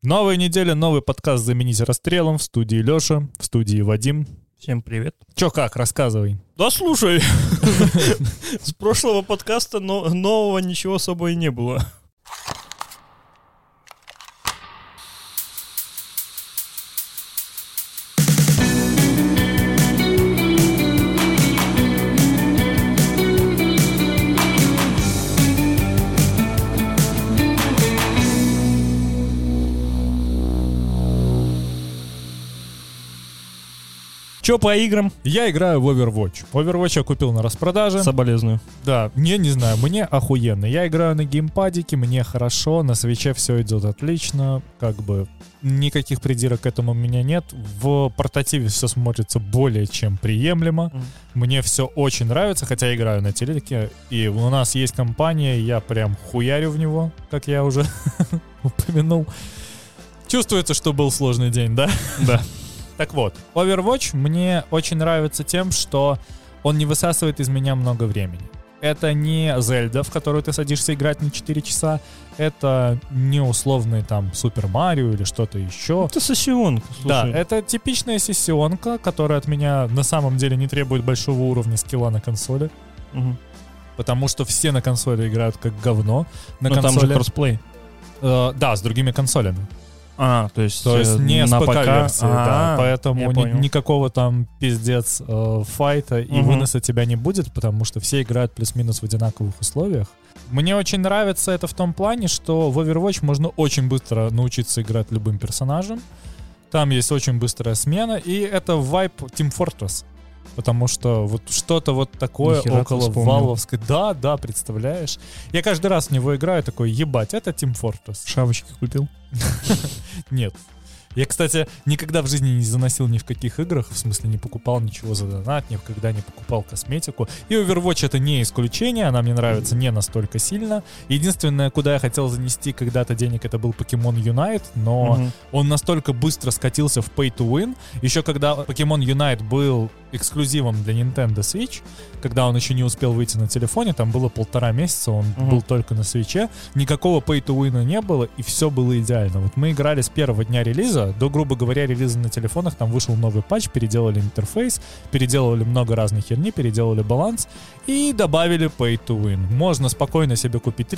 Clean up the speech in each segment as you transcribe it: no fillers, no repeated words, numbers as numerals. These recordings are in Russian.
Новая неделя, новый подкаст «Замените расстрелом». В студии Леша, в студии Вадим. Всем привет. Чё как, рассказывай. Да слушай, с прошлого подкаста нового ничего особо и не было. Чё по играм? Я играю в Overwatch. Overwatch я купил на распродаже. Соболезную. Да, не знаю, мне охуенно. Я играю на геймпадике, мне хорошо, на свитче все идет отлично, как бы никаких придирок к этому у меня нет. В портативе все смотрится более чем приемлемо. Мне все очень нравится, хотя я играю на телеке, и у нас есть компания, я прям хуярю в него, как я уже упомянул. Чувствуется, что был сложный день, да? Да. Так вот, Overwatch мне очень нравится тем, что он не высасывает из меня много времени. Это не Зельда, в которую ты садишься играть на 4 часа. Это не условный там Супер Марио или что-то еще. Это сессионка, слушай. Да, это типичная сессионка, которая от меня на самом деле не требует большого уровня скилла на консоли. Угу. Потому что все на консоли играют как говно. На Но консоли... там же кроссплей. Да, с другими консолями. То есть не с ПК-версии, да, поэтому никакого там пиздец файта и выноса тебя не будет, потому что все играют плюс-минус в одинаковых условиях. Мне очень нравится это в том плане, что в Overwatch можно очень быстро научиться играть любым персонажем. Там есть очень быстрая смена, и это вайб Team Fortress. Потому что вот что-то вот такое около валовской. Да, представляешь. Я каждый раз в него играю, такой, ебать, это Team Fortress. Шапочки купил? Нет. Я, кстати, никогда в жизни не заносил ни в каких играх, в смысле не покупал ничего за донат, никогда не покупал косметику. И Overwatch это не исключение, она мне нравится не настолько сильно. Единственное, куда я хотел занести когда-то денег, это был Pokemon Unite, но он настолько быстро скатился в Pay to Win. Еще когда Pokemon Unite был эксклюзивом для Nintendo Switch, когда он еще не успел выйти на телефоне, там было 1,5 месяца, он был только на Switch'е, никакого Pay to Win не было, и все было идеально. Вот мы играли с первого дня релиза, до, грубо говоря, релиза на телефонах, там вышел новый патч, переделали интерфейс, переделали много разных херни, переделали баланс и добавили Pay to Win. Можно спокойно себе купить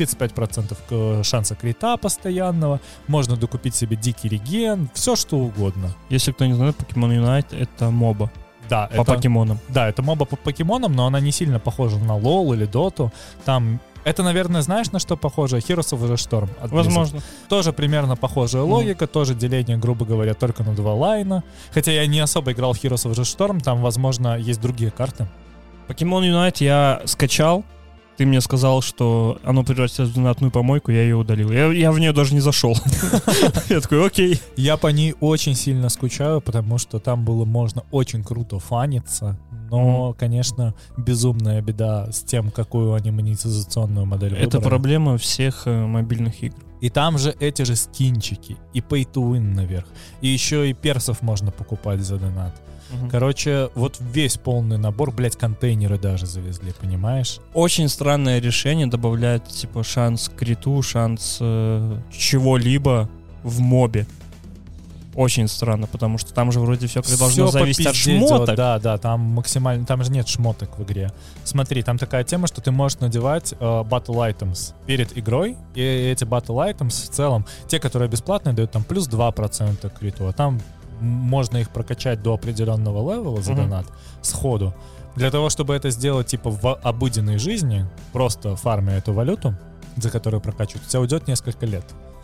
35% шанса крита постоянного, можно докупить себе дикий реген, все что угодно. Если кто не знает, Pokemon Unite — это моба. Да, по покемонам. Да, это моба по покемонам, но она не сильно похожа на LoL или Dota. Там, это, наверное, знаешь, на что похоже? Heroes of the Storm. Возможно. Тоже примерно похожая логика, тоже деление, грубо говоря, только на 2 лайна. Хотя я не особо играл в Heroes of the Storm, там, возможно, есть другие карты. Pokemon Unite я скачал. Ты мне сказал, что оно превратилось в донатную помойку, я ее удалил. Я в нее даже не зашел. Я такой, окей. Я по ней очень сильно скучаю, потому что там было можно очень круто фаниться. Но, конечно, безумная беда с тем, какую они монетизационную модель выбрали. Это проблема всех мобильных игр. И там же эти же скинчики, и Pay to Win наверх. И еще и персов можно покупать за донат. Короче, вот весь полный набор, блять, контейнеры даже завезли, понимаешь? Очень странное решение добавлять, типа, шанс криту, шанс чего-либо в мобе. Очень странно, потому что там же вроде все должно зависеть от шмоток. Да, там максимально, там же нет шмоток в игре. Смотри, там такая тема, что ты можешь надевать battle items перед игрой, и эти battle items в целом, те, которые бесплатные, дают там плюс 2% к криту, а там можно их прокачать до определенного левела за донат сходу. Для того, чтобы это сделать типа в обыденной жизни, просто фармя эту валюту, за которую прокачивают, у тебя уйдет несколько лет.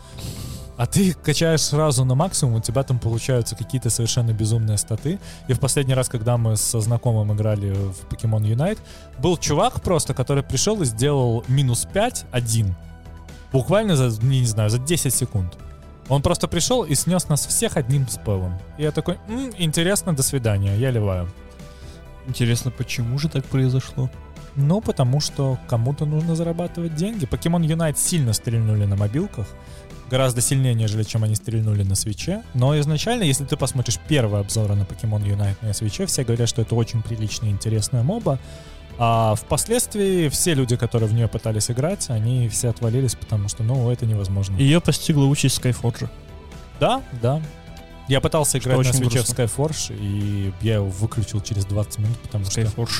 А ты качаешь сразу на максимум, у тебя там получаются какие-то совершенно безумные статы. И в последний раз, когда мы со знакомым играли в Pokemon Unite, был чувак просто, который пришел и сделал минус 5-1. Буквально за, не знаю, за 10 секунд. Он просто пришел и снес нас всех одним спеллом. И я такой, интересно, до свидания, я ливаю. Интересно, почему же так произошло? Ну, потому что кому-то нужно зарабатывать деньги. Pokemon Unite сильно стрельнули на мобилках. Гораздо сильнее, нежели чем они стрельнули на Switch'е. Но изначально, если ты посмотришь первые обзоры на Pokemon Unite на Switch'е, все говорят, что это очень приличная и интересная моба. А впоследствии все люди, которые в нее пытались играть, они все отвалились, потому что, это невозможно. Ее постигла участь Skyforge. Да. Я пытался играть на свитче в грустно. Skyforge, и я его выключил через 20 минут, потому Skyforge.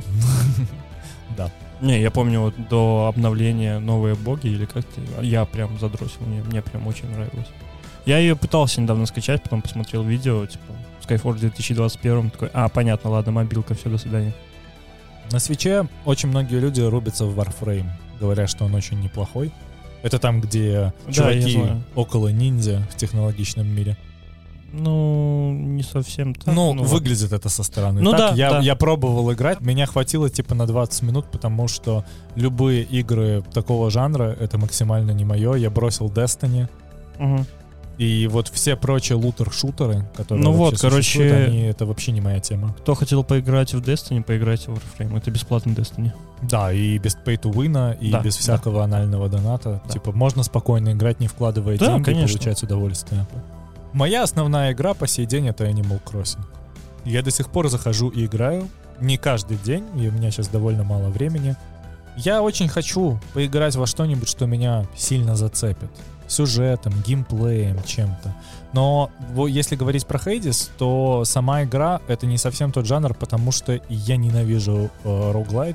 Да. Не, я помню, вот до обновления «Новые боги» или как-то, я прям задросил, мне прям очень нравилось. Я ее пытался недавно скачать, потом посмотрел видео, типа, Skyforge 2021, такой, понятно, ладно, мобилка, все, до свидания. На свитче очень многие люди рубятся в Warframe, говорят, что он очень неплохой. Это там, где чуваки около ниндзя в технологичном мире. Ну, не совсем так. Выглядит это со стороны. Ну так, да. Я пробовал играть, меня хватило типа на 20 минут, потому что любые игры такого жанра, это максимально не мое. Я бросил Destiny. Угу. И вот все прочие лутер-шутеры, которые существуют, это вообще не моя тема. Кто хотел поиграть в Destiny, поиграйте в Warframe. Это бесплатный Destiny. Да, и без pay-to-win, и без всякого анального доната. Да. Типа можно спокойно играть, не вкладывая деньги, конечно. И получать удовольствие. Моя основная игра по сей день — это Animal Crossing. Я до сих пор захожу и играю. Не каждый день, и у меня сейчас довольно мало времени. Я очень хочу поиграть во что-нибудь, что меня сильно зацепит. Сюжетом, геймплеем, чем-то. Но если говорить про Hades, то сама игра — это не совсем тот жанр, потому что я ненавижу роуглайт,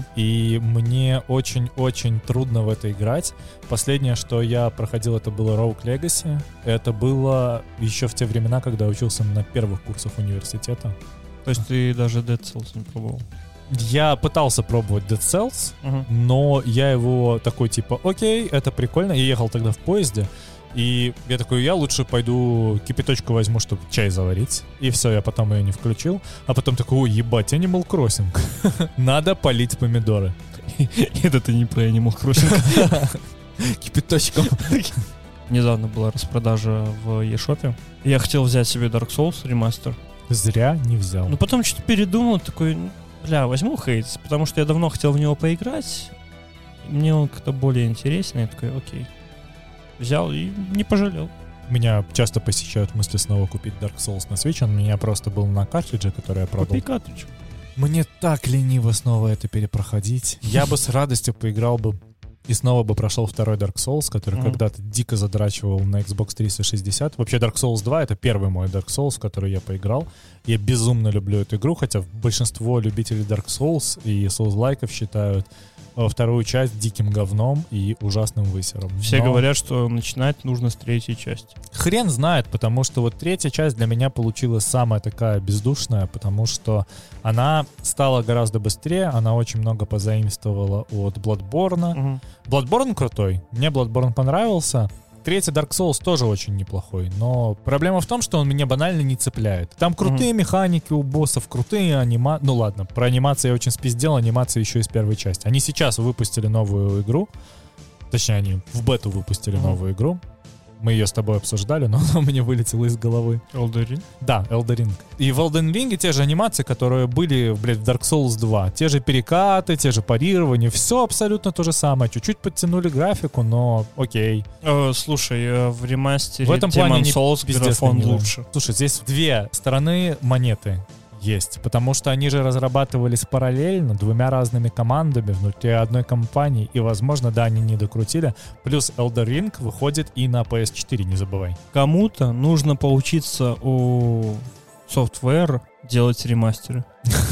и мне очень-очень трудно в это играть. Последнее, что я проходил, это было Rogue Legacy. Это было еще в те времена, когда я учился на первых курсах университета. То есть ты даже Dead Cells не пробовал? Я пытался пробовать Dead Cells, но я его такой типа, окей, это прикольно. Я ехал тогда в поезде, и я такой, я лучше пойду кипяточку возьму, чтобы чай заварить. И все, я потом ее не включил. А потом такой, ой, ебать, Animal Crossing. Надо полить помидоры. Это ты не про Animal Crossing. Кипяточком. Недавно была распродажа в eShop. Я хотел взять себе Dark Souls ремастер. Зря не взял. Но потом что-то передумал, такой... возьму Hades, потому что я давно хотел в него поиграть. Мне он как-то более интересен. Я такой, окей. Взял и не пожалел. Меня часто посещают мысли снова купить Dark Souls на Switch. Он у меня просто был на картридже, который я продал. Купи картридж. Мне так лениво снова это перепроходить. Я бы с радостью поиграл бы и снова бы прошел второй Dark Souls, который когда-то дико задрачивал на Xbox 360. Вообще Dark Souls 2 — это первый мой Dark Souls, в который я поиграл. Я безумно люблю эту игру, хотя большинство любителей Dark Souls и Souls-лайков считают вторую часть диким говном и ужасным высером. Все говорят, что начинать нужно с третьей части. Хрен знает, потому что вот третья часть для меня получилась самая такая бездушная, потому что она стала гораздо быстрее, она очень много позаимствовала от Bloodborne. Bloodborne крутой, мне Bloodborne понравился. Третий Dark Souls тоже очень неплохой, но проблема в том, что он меня банально не цепляет. Там крутые механики у боссов, крутые анимации. Ну ладно, про анимации я очень спиздел, анимации еще из первой части. Они сейчас выпустили новую игру, точнее, они в бету выпустили новую игру. Мы ее с тобой обсуждали, но она у меня вылетела из головы. Elden Ring? Да, Elden Ring. И в Elden Ring те же анимации, которые были, в Dark Souls 2. Те же перекаты, те же парирования. Все абсолютно то же самое. Чуть-чуть подтянули графику, но окей. Слушай, в ремастере в этом плане Souls графон лучше. Слушай, здесь две стороны монеты есть, потому что они же разрабатывались параллельно двумя разными командами внутри одной компании, и, возможно, да, они не докрутили. Плюс Elden Ring выходит и на PS4, не забывай. Кому-то нужно поучиться у Software делать ремастеры.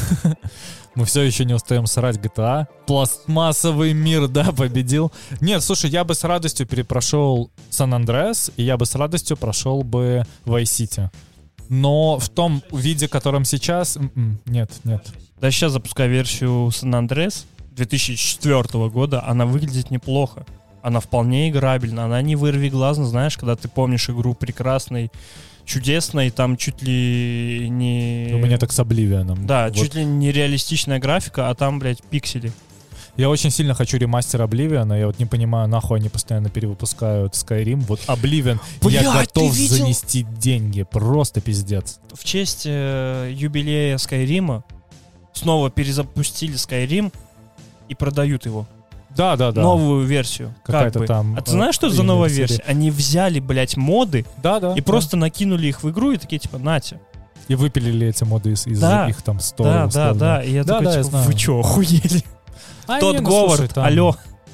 Мы все еще не устаем срать GTA. Пластмассовый мир, да, победил. Нет, слушай, я бы с радостью перепрошел San Andreas, и я бы с радостью прошел бы Vice City. Но в том виде, в котором сейчас... Нет. Да, сейчас запускаю версию San Andreas 2004 года. Она выглядит неплохо. Она вполне играбельна. Она не вырвиглазна, знаешь, когда ты помнишь игру прекрасной, чудесной, там чуть ли не... У меня так с Обливианом. Да, вот. Чуть ли не реалистичная графика, а там, блядь, пиксели. Я очень сильно хочу ремастер Обливиана. Я вот не понимаю, нахуй они постоянно перевыпускают Skyrim. Вот Обливиан, я готов занести деньги. Просто пиздец. В честь юбилея Скайрима снова перезапустили Skyrim и продают его. Да. Новую версию. Какая-то там... А ты знаешь, что за новая версия? Они взяли, блядь, моды и просто накинули их в игру и такие, типа, нате. И выпилили эти моды из их там стора. Да. И я такой, типа, вы чё, охуели? Тот Говард, алло.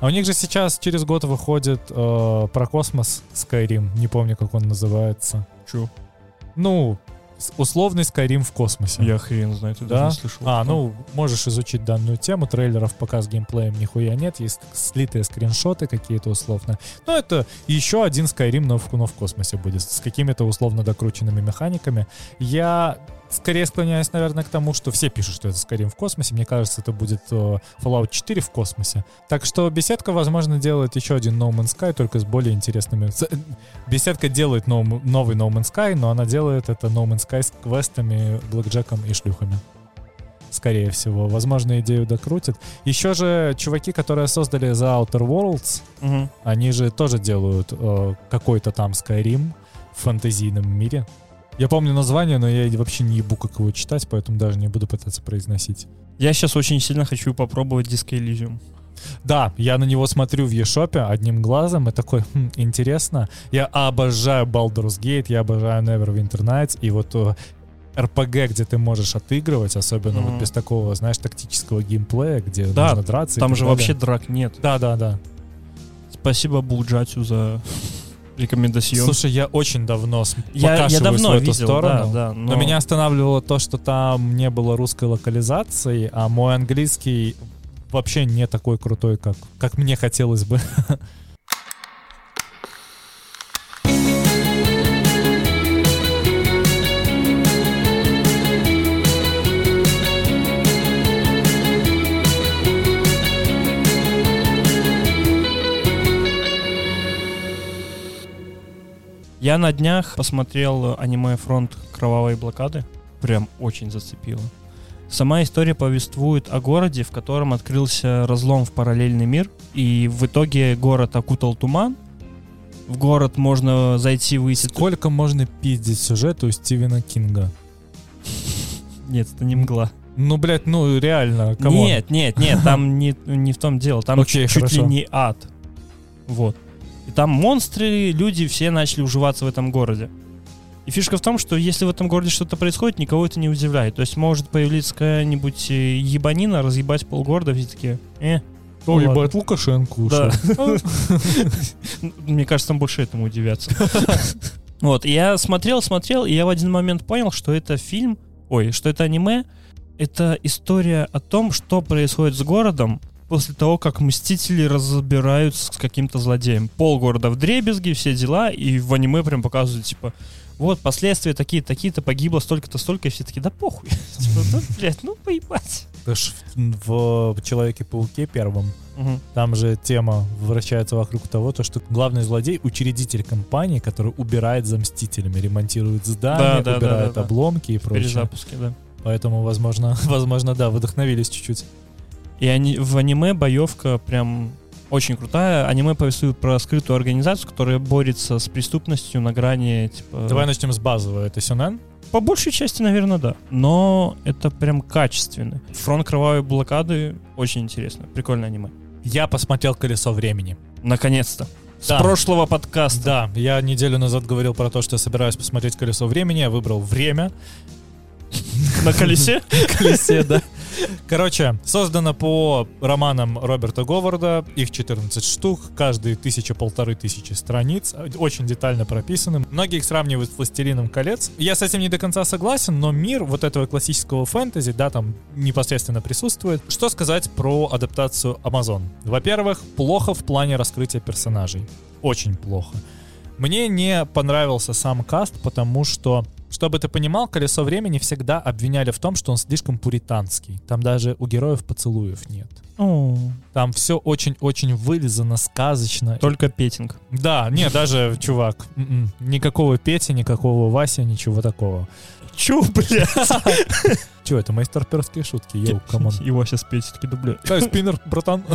А у них же сейчас через год выходит про космос Skyrim. Не помню, как он называется. Чё? Ну, условный Skyrim в космосе. Я хрен знает, я даже не слышал. Ну, можешь изучить данную тему. Трейлеров пока с геймплеем нихуя нет. Есть слитые скриншоты какие-то условно. Но это еще один Skyrim, но в космосе будет. С какими-то условно докрученными механиками. Я скорее склоняюсь, наверное, к тому, что все пишут, что это Skyrim в космосе. Мне кажется, это будет Fallout 4 в космосе. Так что беседка, возможно, делает еще один No Man's Sky, только с более интересными... Беседка делает новый No Man's Sky, но она делает это No Man's Sky с квестами, блэкджеком и шлюхами. Скорее всего. Возможно, идею докрутят. Еще же чуваки, которые создали The Outer Worlds, они же тоже делают какой-то там Skyrim в фэнтезийном мире. Я помню название, но я вообще не ебу, как его читать, поэтому даже не буду пытаться произносить. Я сейчас очень сильно хочу попробовать Disco Elysium. Да, я на него смотрю в eShop одним глазом и такой, интересно. Я обожаю Baldur's Gate, я обожаю Neverwinter Nights, и вот RPG, где ты можешь отыгрывать, особенно вот без такого, знаешь, тактического геймплея, где нужно драться. Там же вообще драк нет. Да. Спасибо Булджатю за... рекомендацион. Слушай, я очень давно покашиваюсь в эту сторону, но меня останавливало то, что там не было русской локализации, а мой английский вообще не такой крутой, как мне хотелось бы. Я на днях посмотрел аниме «Фронт кровавой блокады». Прям очень зацепило. Сама история повествует о городе, в котором открылся разлом в параллельный мир, и в итоге город окутал туман. В город можно зайти, выйти... Сколько можно пиздить сюжету у Стивена Кинга? Нет, это не мгла. Ну, блядь, реально, камон. Нет, там не в том дело. Там чуть ли не ад. Вот. И там монстры, люди, все начали уживаться в этом городе. И фишка в том, что если в этом городе что-то происходит, никого это не удивляет. То есть может появиться какая-нибудь ебанина, разъебать полгорода, все такие, ебать, Лукашенко ушел. Мне кажется, там больше этому удивятся. Вот, я смотрел, и я в один момент понял, что это что это аниме, это история о том, что происходит с городом после того, как Мстители разбираются с каким-то злодеем. Полгорода вдребезги, все дела, и в аниме прям показывают, типа, вот, последствия такие-то, погибло столько-то, и все такие, да похуй. Типа, поебать. В Человеке-пауке первом там же тема вращается вокруг того, что главный злодей — учредитель компании, который убирает за Мстителями, ремонтирует здания, убирает обломки и прочее. Перезапуски, да. Поэтому, возможно, да, вдохновились чуть-чуть. И в аниме боевка прям очень крутая. Аниме повествует про скрытую организацию, которая борется с преступностью на грани, типа... Давай начнем с базового. Это сюнэн? По большей части, наверное, да. Но это прям качественно. «Фронт кровавой блокады» очень интересно. Прикольное аниме. Я посмотрел «Колесо времени». Наконец-то. С прошлого подкаста. Да, я неделю назад говорил про то, что я собираюсь посмотреть «Колесо времени». Я выбрал время. На колесе? На колесе, да. Короче, создано по романам Роберта Говарда, их 14 штук, каждый 1000-1500 страниц, очень детально прописаны. Многие их сравнивают с «Властелином колец». Я с этим не до конца согласен, но мир вот этого классического фэнтези, да, там непосредственно присутствует. Что сказать про адаптацию Amazon? Во-первых, плохо в плане раскрытия персонажей. Очень плохо. Мне не понравился сам каст, потому что, чтобы ты понимал, «Колесо времени» всегда обвиняли в том, что он слишком пуританский. Там даже у героев поцелуев нет. Там все очень-очень вылизано, сказочно. Только петинг. Да, не, даже, чувак, никакого Пети, никакого Вася, ничего такого. Чё, блядь? Чё, это мои старперские шутки, йоу, камон. Его сейчас Петя таки дубля. Эй, спиннер, братан.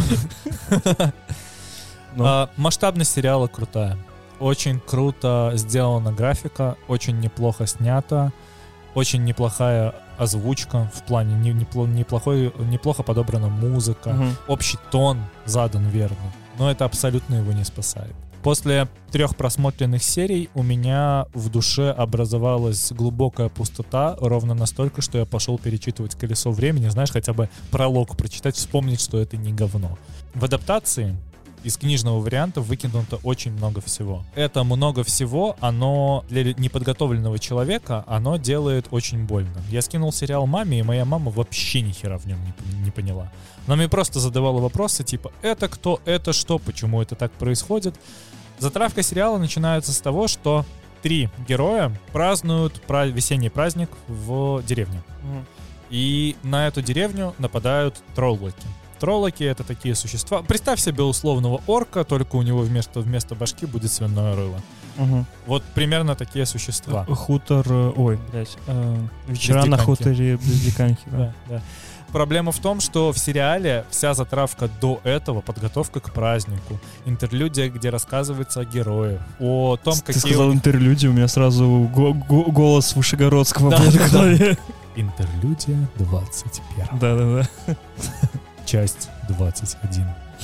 Масштабность сериала крутая. Очень круто сделана графика, очень неплохо снято, очень неплохая озвучка, в плане неплохо подобрана музыка, общий тон задан верно, но это абсолютно его не спасает. После 3 просмотренных серий у меня в душе образовалась глубокая пустота, ровно настолько, что я пошел перечитывать «Колесо времени», знаешь, хотя бы пролог прочитать, вспомнить, что это не говно. В адаптации из книжного варианта выкинуто очень много всего. Это много всего, оно для неподготовленного человека, оно делает очень больно. Я скинул сериал маме, и моя мама вообще ни хера в нем не поняла. Она мне просто задавала вопросы, типа, это кто, это что, почему это так происходит. Затравка сериала начинается с того, что 3 героя празднуют весенний праздник в деревне. И на эту деревню нападают троллоки. Троллоки — это такие существа. Представь себе условного орка, только у него вместо башки будет свиное рыло. Вот примерно такие существа. Хутор... вечера на хуторе Близдиканки. Да. Проблема в том, что в сериале вся затравка до этого, подготовка к празднику, интерлюдия, где рассказывается о героях, о том, какие... Ты сказал интерлюдия, у меня сразу голос Вышегородского в голове. Интерлюдия 21. Да. Часть 21.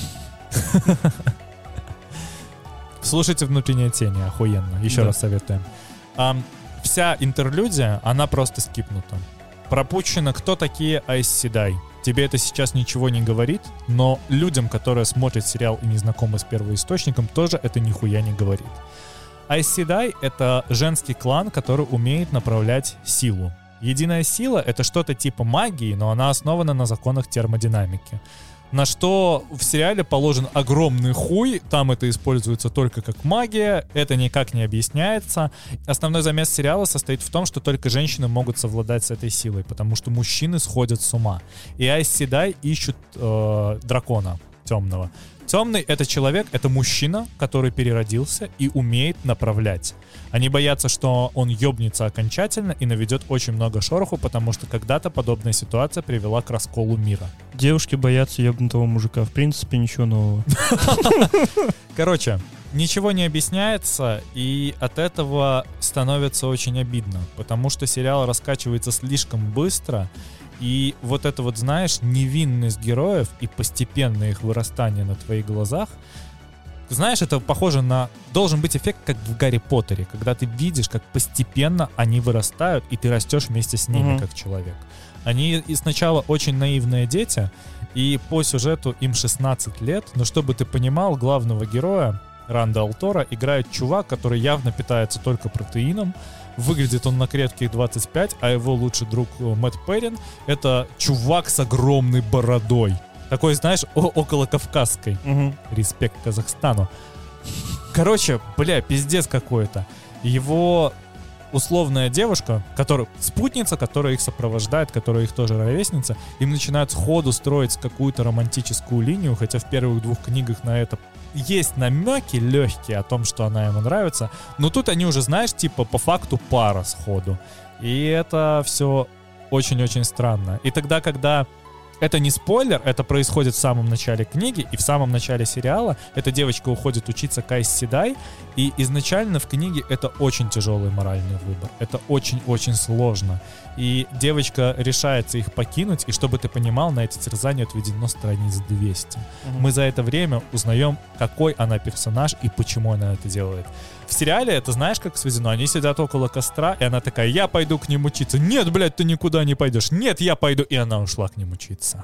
Слушайте «Внутренние тени», охуенно. Еще раз советуем. Вся интерлюдия, она просто скипнута. Пропущено, кто такие Aes Sedai. Тебе это сейчас ничего не говорит, но людям, которые смотрят сериал и не знакомы с первоисточником, тоже это нихуя не говорит. Aes Sedai — это женский клан, который умеет направлять силу. Единая сила — это что-то типа магии, но она основана на законах термодинамики. На что в сериале положен огромный хуй, там это используется только как магия, это никак не объясняется. Основной замес сериала состоит в том, что только женщины могут совладать с этой силой, потому что мужчины сходят с ума. И Aes Sedai ищут дракона темного. Темный — это человек, это мужчина, который переродился и умеет направлять. Они боятся, что он ёбнется окончательно и наведет очень много шороху, потому что когда-то подобная ситуация привела к расколу мира. Девушки боятся ёбнутого мужика. В принципе, ничего нового. Короче, ничего не объясняется, и от этого становится очень обидно, потому что сериал раскачивается слишком быстро, и вот это вот, знаешь, невинность героев и постепенное их вырастание на твоих глазах, знаешь, это похоже на... Должен быть эффект, как в Гарри Поттере, когда ты видишь, как постепенно они вырастают, и ты растешь вместе с ними, как человек. Они и сначала очень наивные дети, и по сюжету им 16 лет, но чтобы ты понимал, главного героя, Ранда Алтора, играет чувак, который явно питается только протеином. Выглядит он на крепких 25, а его лучший друг Мэтт Перрин — это чувак с огромной бородой. Такой, знаешь, около кавказской. Респект Казахстану. Короче, пиздец какой-то. Его условная девушка, спутница, которая их сопровождает, которая их тоже ровесница, им начинают сходу строить какую-то романтическую линию, хотя в первых 2 книгах на это есть намеки легкие о том, что она ему нравится, но тут они уже, знаешь, типа по факту пара сходу. И это все очень-очень странно. И тогда, когда... Это не спойлер, это происходит в самом начале книги, и в самом начале сериала эта девочка уходит учиться к Aes Sedai, и изначально в книге это очень тяжелый моральный выбор, это очень-очень сложно. И девочка решается их покинуть, и чтобы ты понимал, на эти терзания отведено страниц 200. Мы за это время узнаем, какой она персонаж и почему она это делает. В сериале это знаешь, как сведено? Они сидят около костра, и она такая: я пойду к ним учиться. Нет, блядь, ты никуда не пойдешь. Нет, я пойду. И она ушла к ним учиться.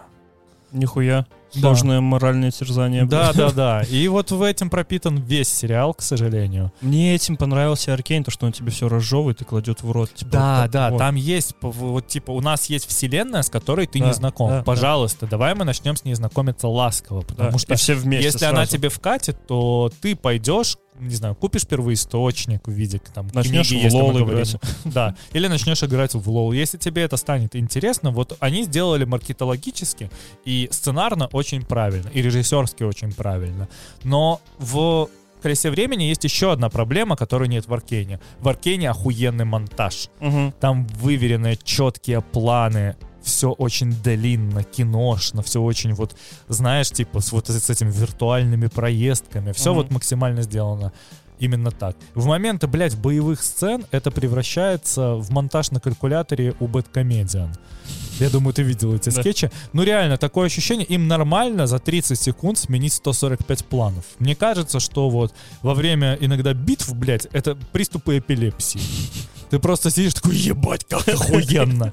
Нихуя. Сложное моральное терзание. Да. И вот в этом пропитан весь сериал, к сожалению. Мне этим понравился Аркейн, то, что он тебе все разжевывает и кладет в рот. Типа, там есть, вот типа, у нас есть вселенная, с которой ты не знаком. Пожалуйста, давай мы начнем с ней знакомиться ласково, потому что все вместе если сразу. Она тебе вкатит, то ты пойдешь, не знаю, купишь первоисточник в виде там начнешь книги, в лол играть. Да, или начнешь играть в лол. Если тебе это станет интересно, вот они сделали маркетологически и сценарно очень правильно, и режиссерски очень правильно. Но в «Колесе времени» есть еще одна проблема, которой нет в Аркейне. В Аркейне охуенный монтаж. Там выверенные четкие планы, все очень длинно, киношно, все очень вот, знаешь, типа с этими виртуальными проездками. Все вот максимально сделано именно так. В моменты, блядь, боевых сцен это превращается в монтаж на калькуляторе у Бэдкомедиан. Я думаю, ты видел эти скетчи. Ну реально, такое ощущение, им нормально за 30 секунд сменить 145 планов. Мне кажется, что вот во время иногда битв, блядь, это приступы эпилепсии. Ты просто сидишь такой: ебать, как охуенно.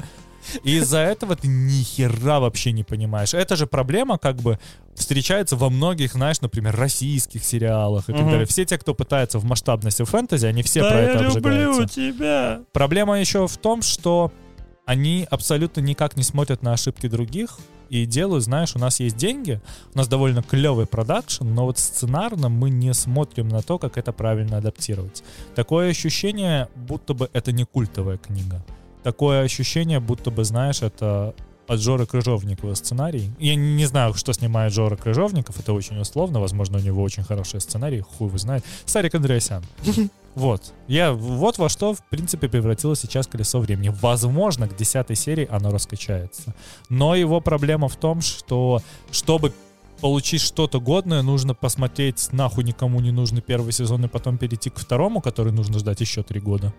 И из-за этого ты ни хера вообще не понимаешь. Это же проблема как бы встречается во многих, знаешь, например, российских сериалах и так далее. Все те, кто пытается в масштабности фэнтези, они все про это обжигаются. Я люблю тебя. Проблема еще в том, что они абсолютно никак не смотрят на ошибки других и делают, знаешь, у нас есть деньги, у нас довольно клевый продакшн, но вот сценарно мы не смотрим на то, как это правильно адаптировать. Такое ощущение, будто бы это не культовая книга. Такое ощущение, будто бы, знаешь, это от Жоры Крыжовникова сценарий. Я не знаю, что снимает Жора Крыжовников, это очень условно, возможно, у него очень хороший сценарий, хуй его знает. Сарик Андреасян. Вот. Вот во что, в принципе, превратилось сейчас «Колесо времени». Возможно, к 10 серии оно раскачается. Но его проблема в том, что чтобы получить что-то годное, нужно посмотреть нахуй никому не нужный первый сезон и потом перейти к второму, который нужно ждать еще 3 года.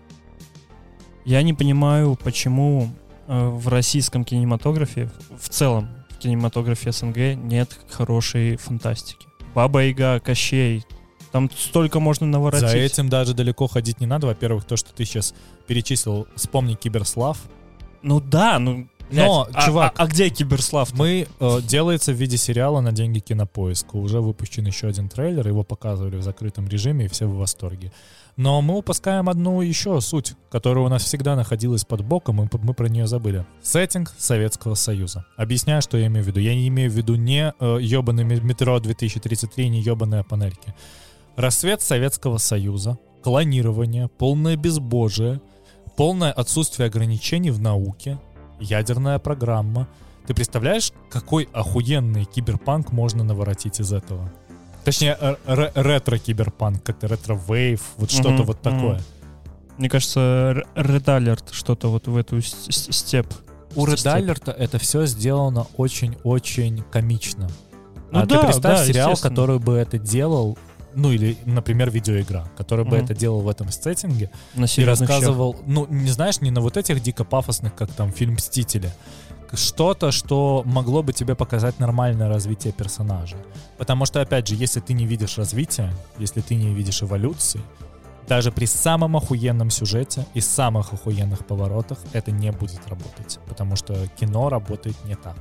Я не понимаю, почему в российском кинематографе, в целом в кинематографе СНГ нет хорошей фантастики. Баба-Яга, Кощей, там столько можно наворотить. За этим даже далеко ходить не надо. Во-первых, то, что ты сейчас перечислил, вспомни Киберслав. Ну да, ну... Блядь, но, чувак, а где Киберслав? Делается в виде сериала на деньги Кинопоиска. Уже выпущен еще один трейлер, его показывали в закрытом режиме, и все в восторге. Но мы упускаем одну еще суть, которая у нас всегда находилась под боком, и мы про нее забыли. Сеттинг Советского Союза. Объясняю, что я имею в виду. Я не имею в виду не ебаный метро 2033, не ебаные панельки. Расцвет Советского Союза, клонирование, полное безбожие, полное отсутствие ограничений в науке, ядерная программа. Ты представляешь, какой охуенный киберпанк можно наворотить из этого? Точнее, ретро-киберпанк, как-то ретро-вейв, вот что-то вот такое. Мне кажется, Red Alert что-то вот в эту степь. У Red Alert это все сделано очень-очень комично. Ну ты представь сериал, который бы это делал, ну или, например, видеоигра, который бы это делал в этом сеттинге и рассказывал, ну, не знаешь, не на вот этих дико пафосных, как там фильм «Мстители», что-то, что могло бы тебе показать нормальное развитие персонажа. Потому что, опять же, если ты не видишь развития, если ты не видишь эволюции, даже при самом охуенном сюжете и самых охуенных поворотах это не будет работать. Потому что кино работает не так.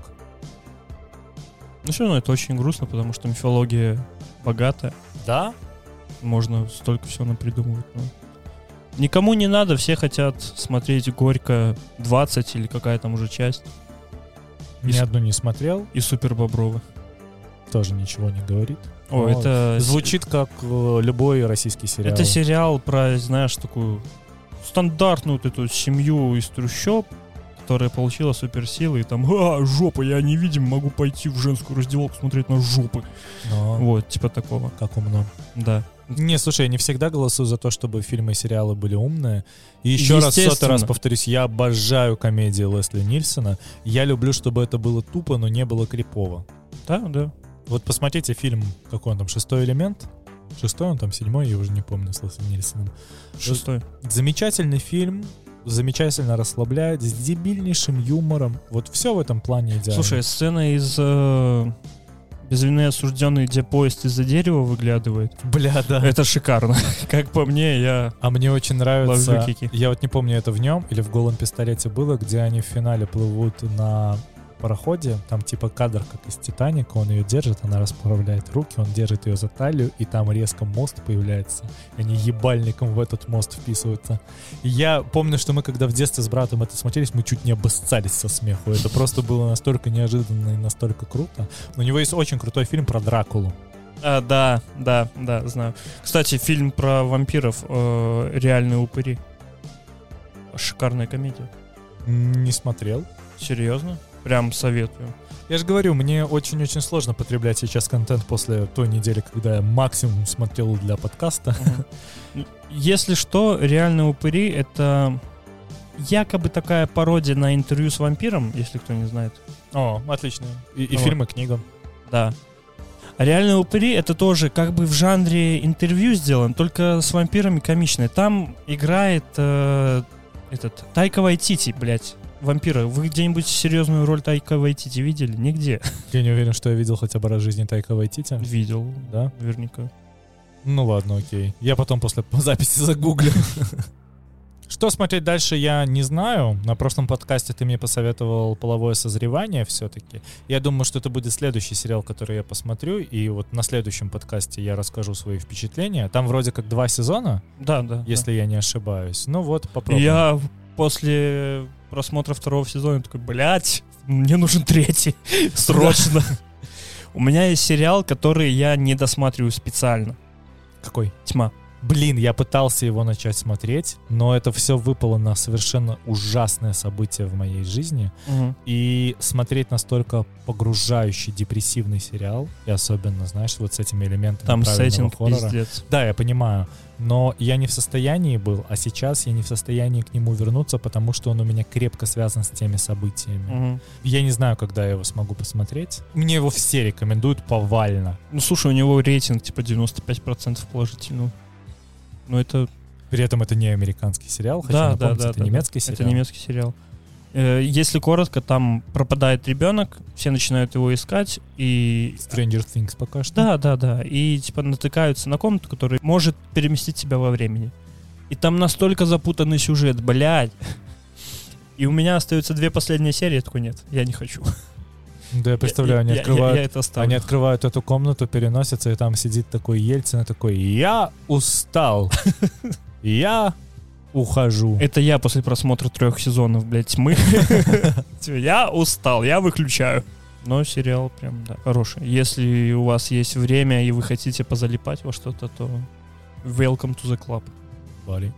Ну все равно это очень грустно, потому что мифология богатая. Да? Можно столько всего напридумывать. Но... Никому не надо, все хотят смотреть «Горько 20» или какая там уже часть. Ни одну не смотрел. И «Супербобровы». Тоже ничего не говорит. О, это... Звучит как любой российский сериал. Это сериал про, знаешь, такую стандартную вот эту семью из трущоб, которая получила суперсилы, и там, жопа, я невидим, могу пойти в женскую раздевалку смотреть на жопы. Но... Вот, типа такого. Как умно. Да. Не, слушай, я не всегда голосую за то, чтобы фильмы и сериалы были умные. И еще раз, сотый раз повторюсь, я обожаю комедии Лесли Нильсона. Я люблю, чтобы это было тупо, но не было крипово. Да, да. Вот посмотрите фильм, какой он там, «Шестой элемент». 6-й он там, 7-й, я уже не помню, с Лесли Нильсоном. 6-й. Замечательный фильм, замечательно расслабляет, с дебильнейшим юмором. Вот все в этом плане идеально. Слушай, сцена из «Без вины осужденный», где поезд из-за дерева выглядывает. Бля, да. Это шикарно. Как по мне, А мне очень нравится... Я вот не помню, это в нем или в «Голом пистолете» было, где они в финале плывут на пароходе, там типа кадр, как из «Титаника», он ее держит, она расправляет руки, он держит ее за талию, и там резко мост появляется, и они ебальником в этот мост вписываются. И я помню, что мы, когда в детстве с братом это смотрелись, мы чуть не обоссались со смеху. Это просто было настолько неожиданно и настолько круто. У него есть очень крутой фильм про Дракулу. Да, знаю. Кстати, фильм про вампиров «Реальные упыри». Шикарная комедия. Не смотрел. Серьезно? Прям советую. Я же говорю, мне очень-очень сложно потреблять сейчас контент после той недели, когда я максимум смотрел для подкаста. Если что, «Реальные упыри» — это якобы такая пародия на «Интервью с вампиром», если кто не знает. О, отлично. И фильм, и книга. Да. А «Реальные упыри» — это тоже как бы в жанре интервью сделан, только с вампирами комичное. Там играет Тайка Вайтити, блядь. Вампира. Вы где-нибудь серьезную роль Тайка Вайтити видели? Нигде. Я не уверен, что я видел хотя бы раз в жизни Тайка Вайтити. Видел. Да? Наверняка. Ну ладно, окей. Я потом после записи загуглю. Что смотреть дальше, я не знаю. На прошлом подкасте ты мне посоветовал «Половое созревание» все-таки. Я думаю, что это будет следующий сериал, который я посмотрю. И вот на следующем подкасте я расскажу свои впечатления. Там вроде как 2 сезона, если я не ошибаюсь. Ну вот, попробуем. Я после просмотра 2-го сезона такой, блядь, мне нужен 3-й. Срочно. У меня есть сериал, который я не досматриваю специально. Какой? «Тьма». Блин, я пытался его начать смотреть, но это все выпало на совершенно ужасное событие в моей жизни. И смотреть настолько погружающий, депрессивный сериал, и особенно, знаешь, вот с этими элементами там правильного сеттинг хоррора. пиздец. Да, я понимаю. Но я не в состоянии был, а сейчас я не в состоянии к нему вернуться, потому что он у меня крепко связан с теми событиями. Я не знаю, когда я его смогу посмотреть. Мне его все рекомендуют повально. Ну, слушай, у него рейтинг типа 95% положительный. Ну, это... При этом это не американский сериал, хочу напомнить, это немецкий сериал. Это немецкий сериал. Если коротко, там пропадает ребенок, все начинают его искать, и... Stranger Things пока что. Да. И типа натыкаются на комнату, которая может переместить тебя во времени. И там настолько запутанный сюжет, блядь. И у меня остаются 2 последние серии, я такой, нет, я не хочу. Да, я представляю, они открывают эту комнату, переносятся, и там сидит такой Ельцин, и такой: я устал, я ухожу. Это я после просмотра 3 сезонов, блядь, «Тьмы». Я устал, я выключаю. Но сериал прям, да, хороший. Если у вас есть время, и вы хотите позалипать во что-то, то welcome to the club. Бали.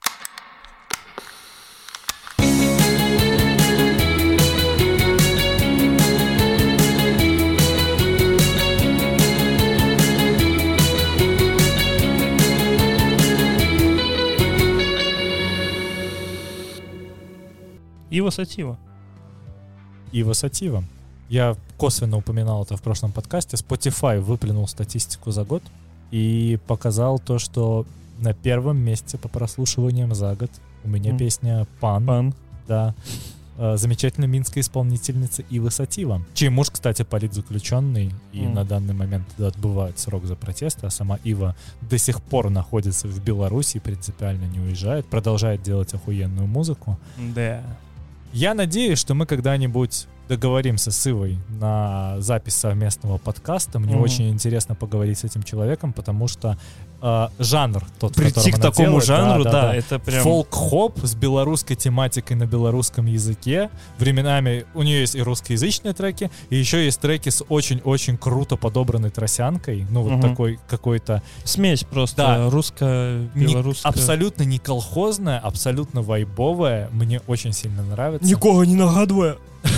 Ива Сатива. Ива Сатива. Я косвенно упоминал это в прошлом подкасте. Spotify выплюнул статистику за год и показал то, что на 1-м месте по прослушиваниям за год у меня песня «Пан». Да. Замечательная минская исполнительница Ива Сатива, чей муж, кстати, политзаключенный, и на данный момент отбывает срок за протесты, а сама Ива до сих пор находится в Беларуси, принципиально не уезжает, продолжает делать охуенную музыку. Да. Я надеюсь, что мы когда-нибудь договоримся с Ивой на запись совместного подкаста. Мне очень интересно поговорить с этим человеком, потому что жанр тот, прийти в котором к она такому делает, жанру, да, это прям... Фолк-хоп с белорусской тематикой на белорусском языке. Временами у нее есть и русскоязычные треки, и еще есть треки с очень-очень круто подобранной тросянкой. Ну, вот такой какой-то... Смесь просто, русско-белорусская. Абсолютно не колхозная, абсолютно вайбовая. Мне очень сильно нравится. Нікого не нагадує.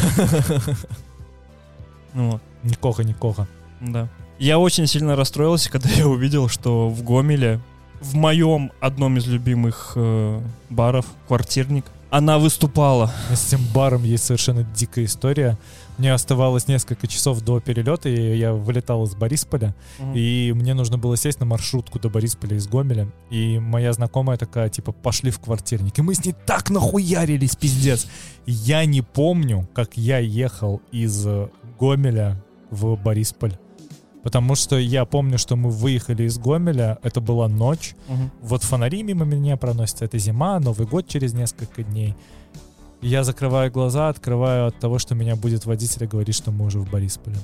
Ну, Никого. Да. Я очень сильно расстроился, когда я увидел, что в Гомеле, в моем одном из любимых баров, «Квартирник», она выступала. С этим баром есть совершенно дикая история. Мне оставалось несколько часов до перелета, и я вылетал из Борисполя, и мне нужно было сесть на маршрутку до Борисполя из Гомеля, и моя знакомая такая, типа, пошли в «Квартирник», и мы с ней так нахуярились, пиздец. Я не помню, как я ехал из Гомеля в Борисполь, потому что я помню, что мы выехали из Гомеля, это была ночь, вот фонари мимо меня проносятся, это зима, Новый год через несколько дней. Я закрываю глаза, открываю от того, что меня будет водитель и говорит, что мы уже в Борисполе.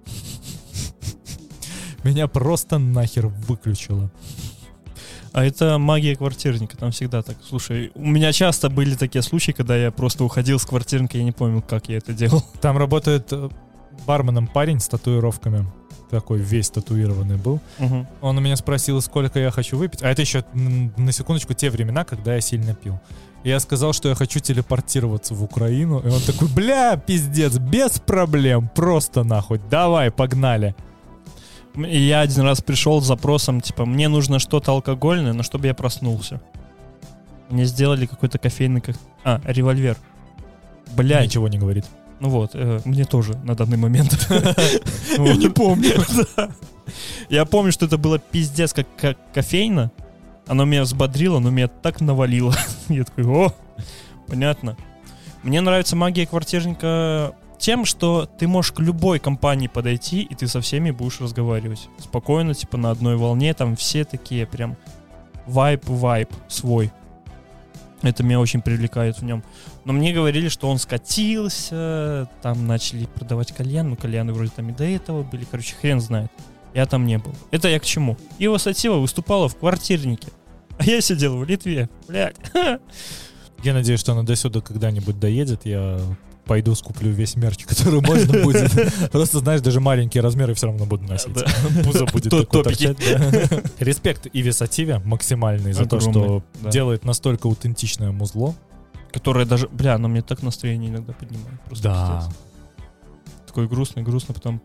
Меня просто нахер выключило. А это магия «Квартирника», там всегда так. Слушай, у меня часто были такие случаи, когда я просто уходил с «Квартирника», я не помню, как я это делал. Там работает барменом парень с татуировками. Такой весь татуированный был. Он у меня спросил, сколько я хочу выпить. А это еще, на секундочку, те времена, когда я сильно пил. И я сказал, что я хочу телепортироваться в Украину. И он такой: бля, пиздец, без проблем. Просто нахуй, давай, погнали. И я один раз пришел с запросом, типа, мне нужно что-то алкогольное, но чтобы я проснулся. Мне сделали какой-то кофейный... револьвер. Блядь. Ничего не говорит. Ну вот, мне тоже на данный момент. Я не помню. Я помню, что это было пиздец как кофейно. Оно меня взбодрило, но меня так навалило. Я такой: о, понятно. Мне нравится магия «Квартирника» тем, что ты можешь к любой компании подойти, и ты со всеми будешь разговаривать. Спокойно, типа на одной волне. Там все такие прям вайб свой. Это меня очень привлекает в нем. Но мне говорили, что он скатился, там начали продавать кальян, но кальяны вроде там и до этого были, короче, хрен знает. Я там не был. Это я к чему? Ива Сатива выступала в «Квартирнике», а я сидел в Литве, блядь. Я надеюсь, что она до сюда когда-нибудь доедет, я пойду скуплю весь мерч, который можно будет. Просто, знаешь, даже маленькие размеры все равно буду носить. Пузо будет такой торчать. Респект Иве Сативе максимальный за то, что делает настолько аутентичное музло. Которое даже, оно мне так настроение иногда поднимает. Да. Такой грустный, потом...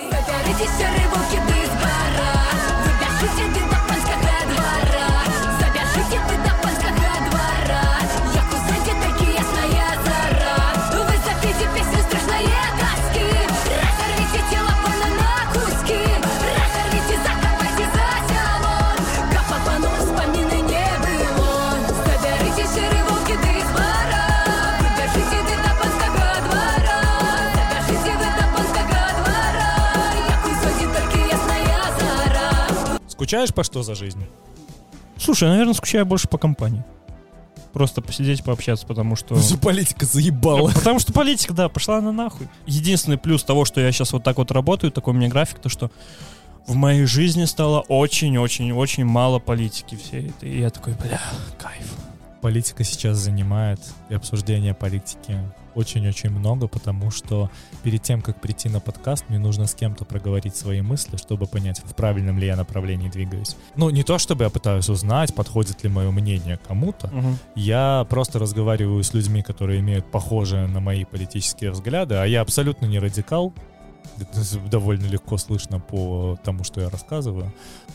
Скучаешь по что за жизнь? Слушай, я, наверное, скучаю больше по компании. Просто посидеть, пообщаться, потому что... Политика заебала. Потому что политика, да, пошла она нахуй. Единственный плюс того, что я сейчас вот так вот работаю, такой у меня график, то что в моей жизни стало очень-очень-очень мало политики всей этой. И я такой, кайф. Политика сейчас занимает, и обсуждение политики очень-очень много, потому что перед тем, как прийти на подкаст, мне нужно с кем-то проговорить свои мысли, чтобы понять, в правильном ли я направлении двигаюсь. Ну, не то, чтобы я пытаюсь узнать, подходит ли мое мнение кому-то. Я просто разговариваю с людьми, которые имеют похожие на мои политические взгляды, а я абсолютно не радикал. Это довольно легко слышно по тому, что я рассказываю.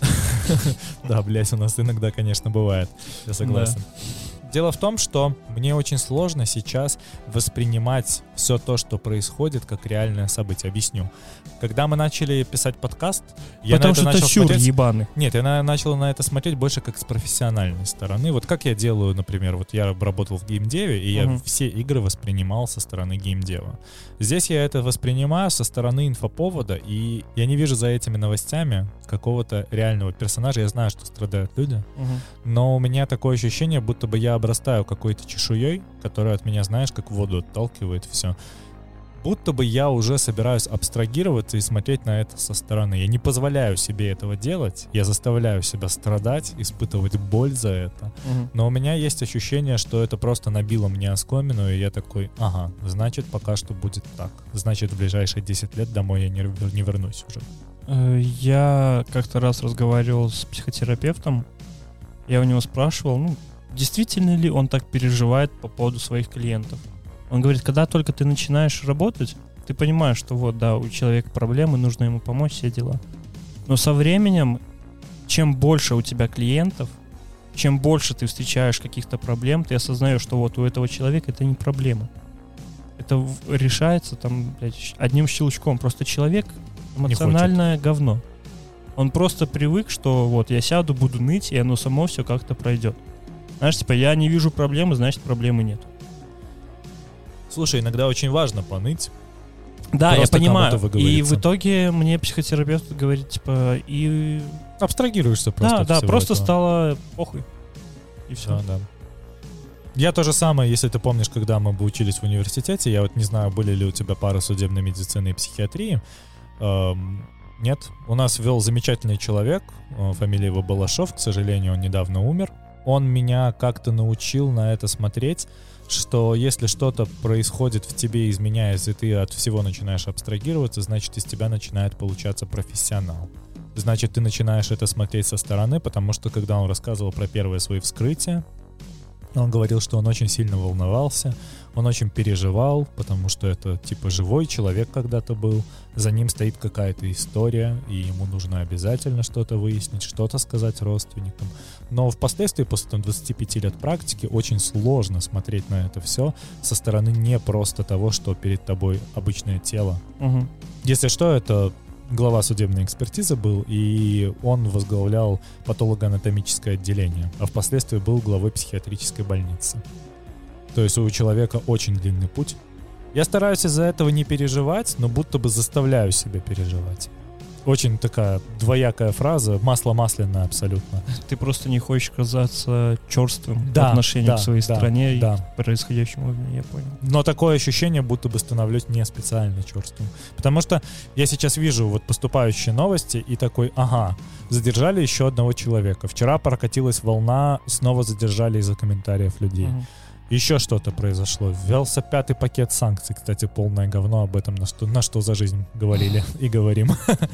Да, блять, у нас иногда, конечно, бывает. Я согласен. Дело в том, что мне очень сложно сейчас воспринимать все то, что происходит, как реальное событие. Объясню. Когда мы начали писать подкаст, я на это начал смотреть... ебаный. Нет, я начал на это смотреть больше как с профессиональной стороны. Вот как я делаю, например, вот я работал в геймдеве, и я все игры воспринимал со стороны геймдева. Здесь я это воспринимаю со стороны инфоповода, и я не вижу за этими новостями какого-то реального персонажа. Я знаю, что страдают люди, но у меня такое ощущение, будто бы я обрастаю какой-то чешуей, которая от меня, знаешь, как в воду отталкивает все. Будто бы я уже собираюсь абстрагироваться и смотреть на это со стороны. Я не позволяю себе этого делать. Я заставляю себя страдать, испытывать боль за это. Но у меня есть ощущение, что это просто набило мне оскомину, и я такой, ага, значит, пока что будет так. Значит, в ближайшие 10 лет домой я не вернусь уже. Я как-то раз разговаривал с психотерапевтом. Я у него спрашивал, действительно ли он так переживает по поводу своих клиентов. Он говорит, когда только ты начинаешь работать, ты понимаешь, что вот, да, у человека проблемы, нужно ему помочь, все дела. Но со временем, чем больше у тебя клиентов, чем больше ты встречаешь каких-то проблем, ты осознаешь, что вот у этого человека это не проблема. Это решается там, одним щелчком. Просто человек эмоциональное говно. Он просто привык, что вот я сяду, буду ныть, и оно само все как-то пройдет. Знаешь, я не вижу проблемы, значит проблемы нет. Слушай, иногда очень важно поныть. Да, я понимаю. И в итоге мне психотерапевт говорит, и... Абстрагируешься просто. Да, просто этого. Стало похуй. И все. Да. Я то же самое, если ты помнишь, когда мы бы учились в университете, я вот не знаю, были ли у тебя пары судебной медицины и психиатрии. Нет. У нас вел замечательный человек, фамилия его Балашов, к сожалению, он недавно умер. Он меня как-то научил на это смотреть, что если что-то происходит в тебе, изменяясь, и ты от всего начинаешь абстрагироваться, значит, из тебя начинает получаться профессионал. Значит, ты начинаешь это смотреть со стороны, потому что, когда он рассказывал про первые свои вскрытия, он говорил, что он очень сильно волновался, он очень переживал, потому что это типа живой человек когда-то был, за ним стоит какая-то история, и ему нужно обязательно что-то выяснить, что-то сказать родственникам. Но впоследствии, после 25 лет практики, очень сложно смотреть на это все со стороны не просто того, что перед тобой обычное тело. Если что, это глава судебной экспертизы был, и он возглавлял патологоанатомическое отделение, а впоследствии был главой психиатрической больницы. То есть у человека очень длинный путь. Я стараюсь из-за этого не переживать, но будто бы заставляю себя переживать. очень такая двоякая фраза, масло масляное абсолютно. Ты просто не хочешь казаться черствым в отношении к своей стране и происходящему в ней, я понял. Но такое ощущение, будто бы становлюсь не специально черствым. Потому что я сейчас вижу вот поступающие новости и такой, задержали еще одного человека. Вчера прокатилась волна, снова задержали из-за комментариев людей. Еще что-то произошло. Ввелся 5-й пакет санкций. Кстати, полное говно, об этом на что за жизнь говорили и говорим.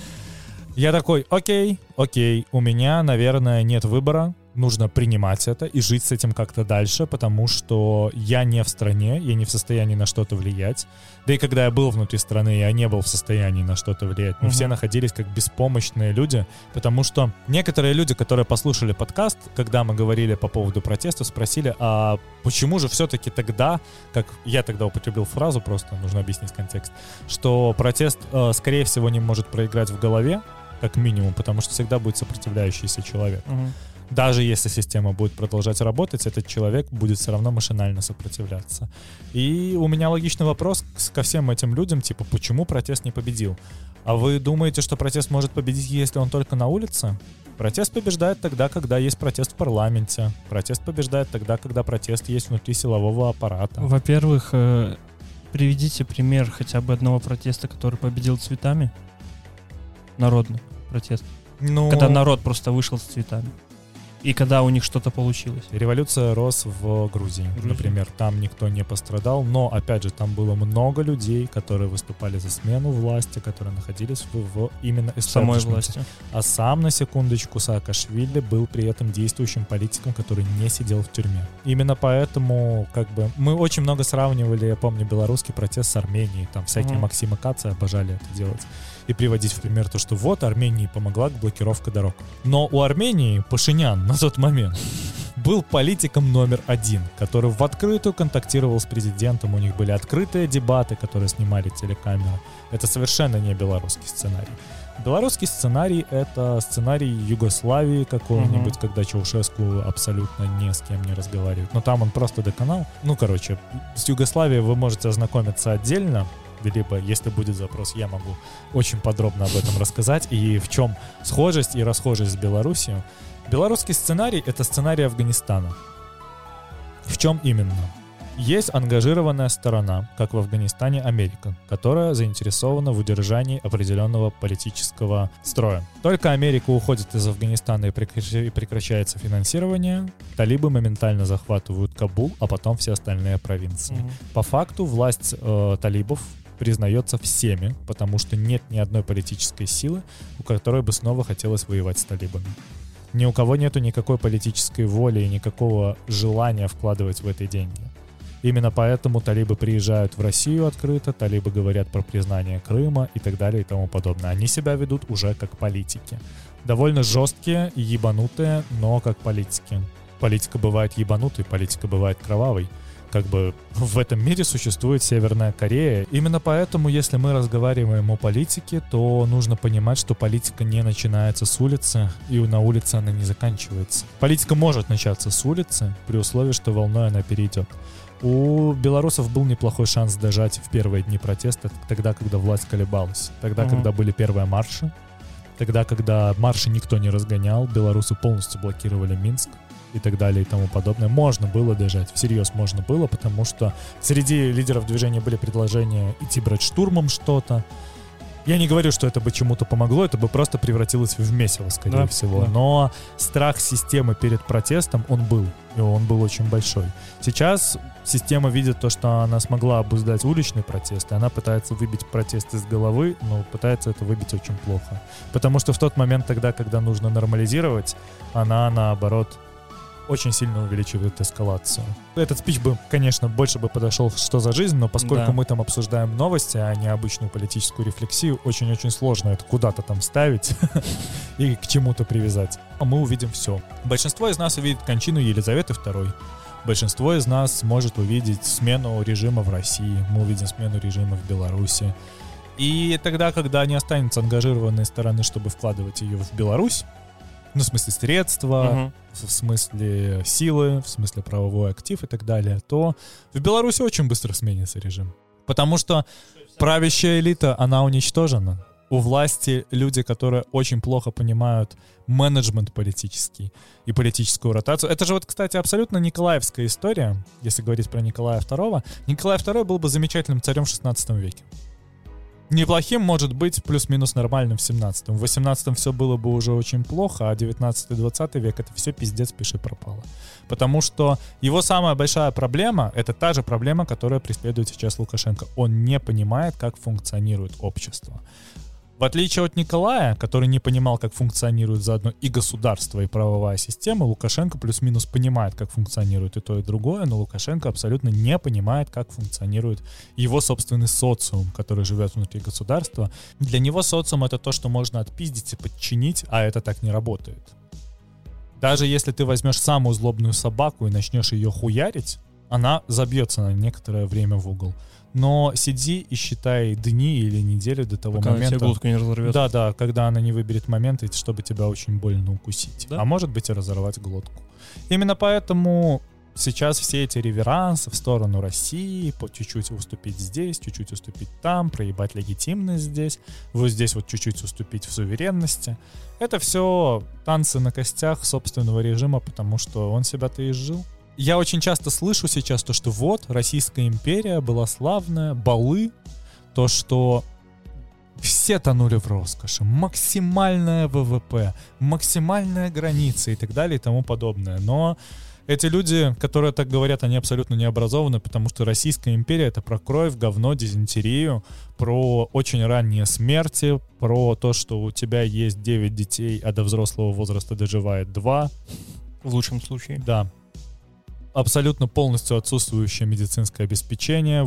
Я такой, окей, у меня, наверное, нет выбора. Нужно принимать это и жить с этим как-то дальше, потому что я не в стране, я не в состоянии на что-то влиять. Да и когда я был внутри страны, я не был в состоянии на что-то влиять. Мы все находились как беспомощные люди, потому что некоторые люди, которые послушали подкаст, когда мы говорили по поводу протеста, спросили, а почему же все-таки тогда, как я тогда употребил фразу, просто нужно объяснить контекст, что протест, скорее всего, не может проиграть в голове, как минимум, потому что всегда будет сопротивляющийся человек. Даже если система будет продолжать работать, этот человек будет все равно машинально сопротивляться. И у меня логичный вопрос ко всем этим людям, типа, почему протест не победил? А вы думаете, что протест может победить, если он только на улице? Протест побеждает тогда, когда есть протест в парламенте. Протест побеждает тогда, когда протест есть внутри силового аппарата. Во-первых, приведите пример хотя бы одного протеста, который победил цветами. Народный протест. Когда народ просто вышел с цветами. И когда у них что-то получилось. Революция РОС в Грузии, например. Там никто не пострадал, но, опять же, там было много людей, которые выступали за смену власти, которые находились в именно самой власти. А сам, на секундочку, Саакашвили был при этом действующим политиком, который не сидел в тюрьме. Именно поэтому, мы очень много сравнивали, я помню, белорусский протест с Арменией. Там всякие Максимы Кацы обожали это делать. И приводить в пример то, что вот Армении помогла блокировка дорог. Но у Армении Пашинян на тот момент был политиком номер 1, который в открытую контактировал с президентом. У них были открытые дебаты, которые снимали телекамеры. Это совершенно не белорусский сценарий. Белорусский сценарий — это сценарий Югославии какого-нибудь, когда Чаушеску абсолютно ни с кем не разговаривает. Но там он просто доконал. С Югославией вы можете ознакомиться отдельно, либо, если будет запрос, я могу очень подробно об этом рассказать, и в чем схожесть и расхожесть с Белоруссией. Белорусский сценарий — это сценарий Афганистана. В чем именно? Есть ангажированная сторона, как в Афганистане Америка, которая заинтересована в удержании определенного политического строя. Только Америка уходит из Афганистана и прекращается финансирование, талибы моментально захватывают Кабул, а потом все остальные провинции. По факту власть талибов признается всеми, потому что нет ни одной политической силы, у которой бы снова хотелось воевать с талибами. Ни у кого нету никакой политической воли и никакого желания вкладывать в это деньги. Именно поэтому талибы приезжают в Россию открыто, талибы говорят про признание Крыма и так далее и тому подобное. Они себя ведут уже как политики. Довольно жесткие и ебанутые, но как политики. Политика бывает ебанутой, политика бывает кровавой. В этом мире существует Северная Корея. Именно поэтому, если мы разговариваем о политике, то нужно понимать, что политика не начинается с улицы, и на улице она не заканчивается. Политика может начаться с улицы, при условии, что волной она перейдет. У белорусов был неплохой шанс дожать в первые дни протеста, тогда, когда власть колебалась. Тогда, когда были первые марши. Тогда, когда марши никто не разгонял, белорусы полностью блокировали Минск и так далее и тому подобное. Можно было дожать, всерьез можно было, потому что среди лидеров движения были предложения идти брать штурмом что-то. Я не говорю, что это бы чему-то помогло, это бы просто превратилось в месиво, скорее всего. Да. Но страх системы перед протестом, он был, и он был очень большой. Сейчас система видит то, что она смогла обуздать уличный протест, и она пытается выбить протест из головы, но пытается это выбить очень плохо. Потому что в тот момент тогда, когда нужно нормализировать, она, наоборот, очень сильно увеличивает эскалацию. Этот спич бы, конечно, больше бы подошел в «Что за жизнь?», но поскольку мы там обсуждаем новости, а не обычную политическую рефлексию, очень-очень сложно это куда-то там ставить и к чему-то привязать. А мы увидим все. Большинство из нас увидит кончину Елизаветы II. Большинство из нас может увидеть смену режима в России. Мы увидим смену режима в Беларуси. И тогда, когда не останется ангажированной стороны, чтобы вкладывать ее в Беларусь, в смысле средства, в смысле силы, в смысле правовой актив и так далее, то в Беларуси очень быстро сменится режим. Потому что правящая элита, она уничтожена. у власти люди, которые очень плохо понимают менеджмент политический и политическую ротацию. Это же вот, кстати, абсолютно николаевская история, если говорить про Николая II. Николай II был бы замечательным царем в 16 веке. Неплохим, может быть, плюс-минус нормальным в 17-м. В 18-м все было бы уже очень плохо, а 19-20 век — это все пиздец, пиши пропало. Потому что его самая большая проблема — это та же проблема, которая преследует сейчас Лукашенко. Он не понимает, как функционирует общество. В отличие от Николая, который не понимал, как функционирует заодно и государство, и правовая система, Лукашенко плюс-минус понимает, как функционирует и то, и другое, но Лукашенко абсолютно не понимает, как функционирует его собственный социум, который живет внутри государства. Для него социум — это то, что можно отпиздить и подчинить, а это так не работает. Даже если ты возьмешь самую злобную собаку и начнешь ее хуярить, она забьется на некоторое время в угол. Но сиди и считай дни или недели до того пока момента. Пока глотку не разорвет. Да, когда она не выберет момент, чтобы тебя очень больно укусить. Да? А может быть и разорвать глотку. Именно поэтому сейчас все эти реверансы в сторону России, по чуть-чуть уступить здесь, чуть-чуть уступить там, проебать легитимность здесь, вот здесь вот чуть-чуть уступить в суверенности. Это все танцы на костях собственного режима, потому что он себя-то изжил. Я очень часто слышу сейчас то, что вот, Российская империя была славная, балы, то, что все тонули в роскоши, максимальное ВВП, максимальная граница и так далее и тому подобное. Но эти люди, которые так говорят, они абсолютно не образованы, потому что Российская империя — это про кровь, говно, дизентерию, про очень ранние смерти, про то, что у тебя есть 9 детей, а до взрослого возраста доживает 2. В лучшем случае. Да. Абсолютно полностью отсутствующее медицинское обеспечение,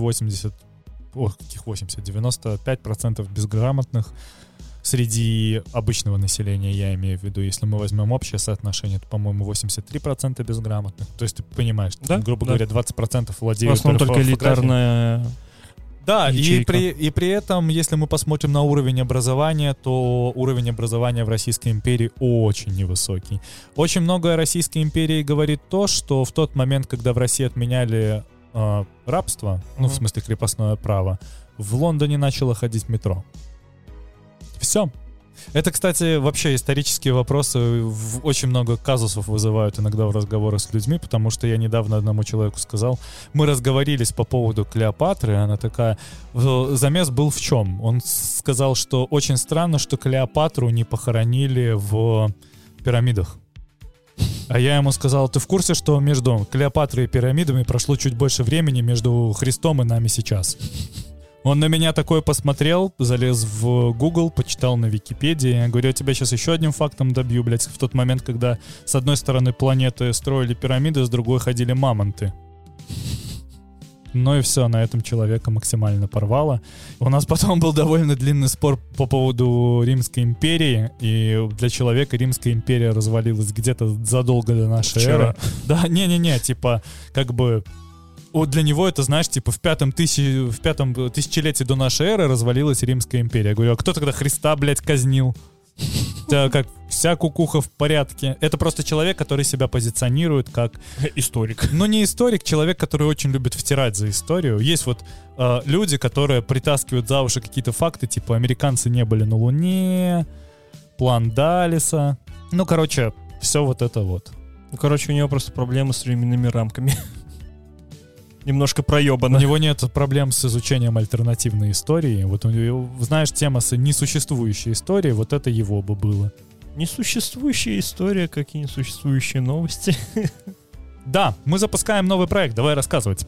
95% безграмотных среди обычного населения, я имею в виду. Если мы возьмем общее соотношение, то, по-моему, 83% безграмотных. То есть ты понимаешь, да? грубо говоря, 20% владеют... В основном только элитарная... Да, и при этом, если мы посмотрим на уровень образования, то уровень образования в Российской империи очень невысокий. Очень многое о Российской империи говорит то, что в тот момент, когда в России отменяли рабство, ну, в смысле крепостное право, в Лондоне начало ходить метро. Все. Это, кстати, вообще исторические вопросы очень много казусов вызывают иногда в разговорах с людьми, потому что я недавно одному человеку сказал, мы разговорились по поводу Клеопатры, она такая, замес был в чем? Он сказал, что очень странно, что Клеопатру не похоронили в пирамидах. А я ему сказал, ты в курсе, что между Клеопатрой и пирамидами прошло чуть больше времени между Христом и нами сейчас? Он на меня такой посмотрел, залез в Google, почитал на Википедии. Я говорю, я тебя сейчас еще одним фактом добью, блядь. В тот момент, когда с одной стороны планеты строили пирамиды, с другой ходили мамонты. Ну и все, на этом человека максимально порвало. У нас потом был довольно длинный спор по поводу Римской империи. И для человека Римская империя развалилась где-то задолго до нашей эры. Да, не-не-не, типа, как бы... Для него это, знаешь, типа в пятом тысячелетии до нашей эры развалилась Римская империя. Я говорю, а кто тогда Христа, блядь, казнил? Да, как вся кукуха в порядке. Это просто человек, который себя позиционирует как... Историк. Ну, не историк, человек, который очень любит втирать за историю. Есть вот люди, которые притаскивают за уши какие-то факты, типа американцы не были на Луне, план Даллеса. Ну, короче, все вот это вот. Ну, короче, у него просто проблемы с временными рамками. Немножко проебано. У него нет проблем с изучением альтернативной истории. Вот у него, знаешь, тема с несуществующей историей, вот это его бы было. Несуществующая история, как и несуществующие новости. Да, мы запускаем новый проект, давай рассказывать.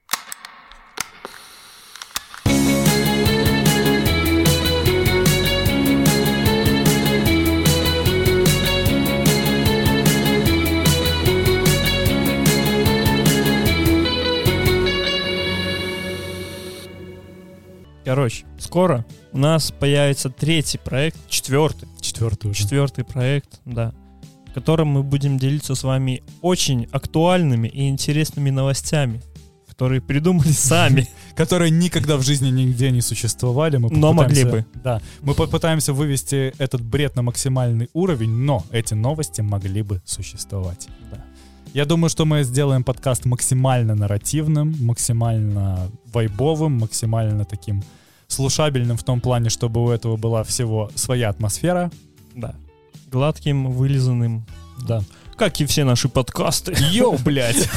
Короче, скоро у нас появится третий проект, четвертый проект, да, в котором мы будем делиться с вами очень актуальными и интересными новостями, которые придумали сами. Которые никогда в жизни нигде не существовали. Но могли бы. Да, мы попытаемся вывести этот бред на максимальный уровень, но эти новости могли бы существовать. Да. Я думаю, что мы сделаем подкаст максимально нарративным, максимально вайбовым, максимально таким слушабельным в том плане, чтобы у этого была всего своя атмосфера. Да. Гладким, вылизанным. Да. Как и все наши подкасты. Йоу, блядь.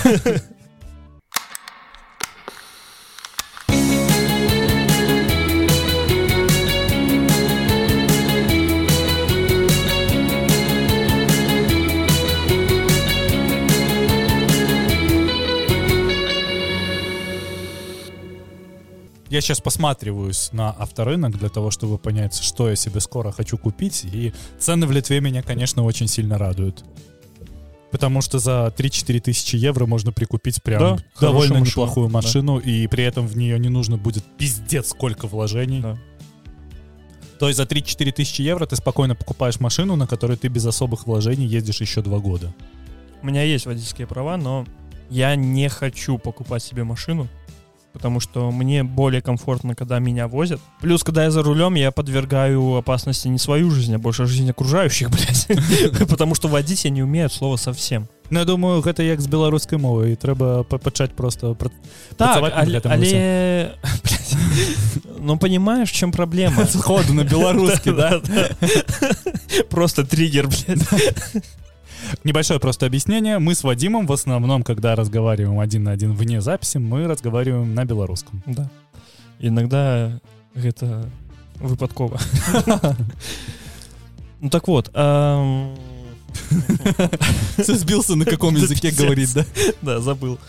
Я сейчас посматриваюсь на авторынок для того, чтобы понять, что я себе скоро хочу купить. И цены в Литве меня, конечно, очень сильно радуют. Потому что за 3-4 тысячи евро можно прикупить прям довольно неплохую машину, да. И при этом в нее не нужно будет пиздец сколько вложений. Да. То есть за 3-4 тысячи евро ты спокойно покупаешь машину, на которой ты без особых вложений ездишь еще 2 года. У меня есть водительские права, но я не хочу покупать себе машину. Потому что мне более комфортно, когда меня возят. Плюс, когда я за рулем, я подвергаю опасности не свою жизнь, а больше жизнь окружающих, блядь. Потому что водить я не умею от слова совсем. Ну, я думаю, это як з білоруської мови, і треба почати просто працювати над этим. Але... Ну, понимаешь, в чем проблема? Сходу на белорусский, да? Просто триггер, блядь. Небольшое просто объяснение. Мы с Вадимом в основном, когда разговариваем один на один вне записи, мы разговариваем на белорусском. Да. Иногда это выпадково. Ну так вот. Сбился, на каком языке говорит, да? Да, забыл.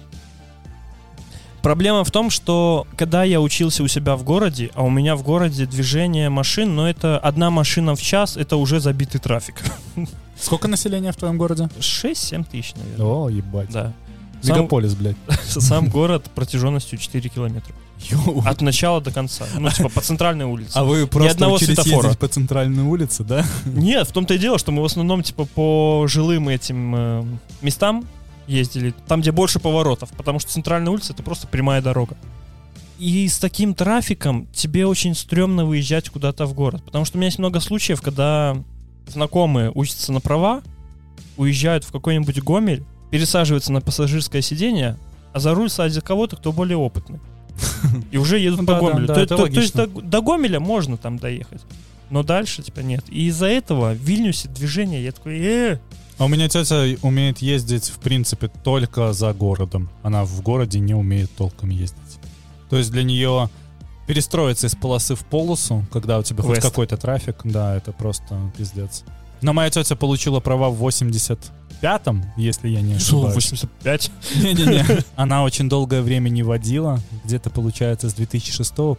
Проблема в том, что когда я учился у себя в городе, а у меня в городе движение машин, но это одна машина в час, это уже забитый трафик. Сколько населения в твоем городе? 6-7 тысяч, наверное. О, ебать. Да. Мегаполис, блядь. Сам город протяженностью 4 километра. От начала до конца. Ну, типа, по центральной улице. А вы просто учились ездить по центральной улице, да? Нет, в том-то и дело, что мы в основном, типа, по жилым этим местам ездили, там, где больше поворотов, потому что центральная улица — это просто прямая дорога. И с таким трафиком тебе очень стрёмно выезжать куда-то в город, потому что у меня есть много случаев, когда знакомые учатся на права, уезжают в какой-нибудь Гомель, пересаживаются на пассажирское сиденье, а за руль садят кого-то, кто более опытный. И уже едут по Гомелю. То есть до Гомеля можно там доехать, но дальше типа нет. И из-за этого в Вильнюсе движение, я такой... А у меня тетя умеет ездить, в принципе, только за городом. Она в городе не умеет толком ездить. То есть для нее перестроиться из полосы в полосу, когда у тебя хоть какой-то трафик, да, это просто пиздец. Но моя тетя получила права в 85-м, если я не ошибаюсь. 85? Не-не-не. Она очень долгое время не водила. Где-то, получается, с 2006 по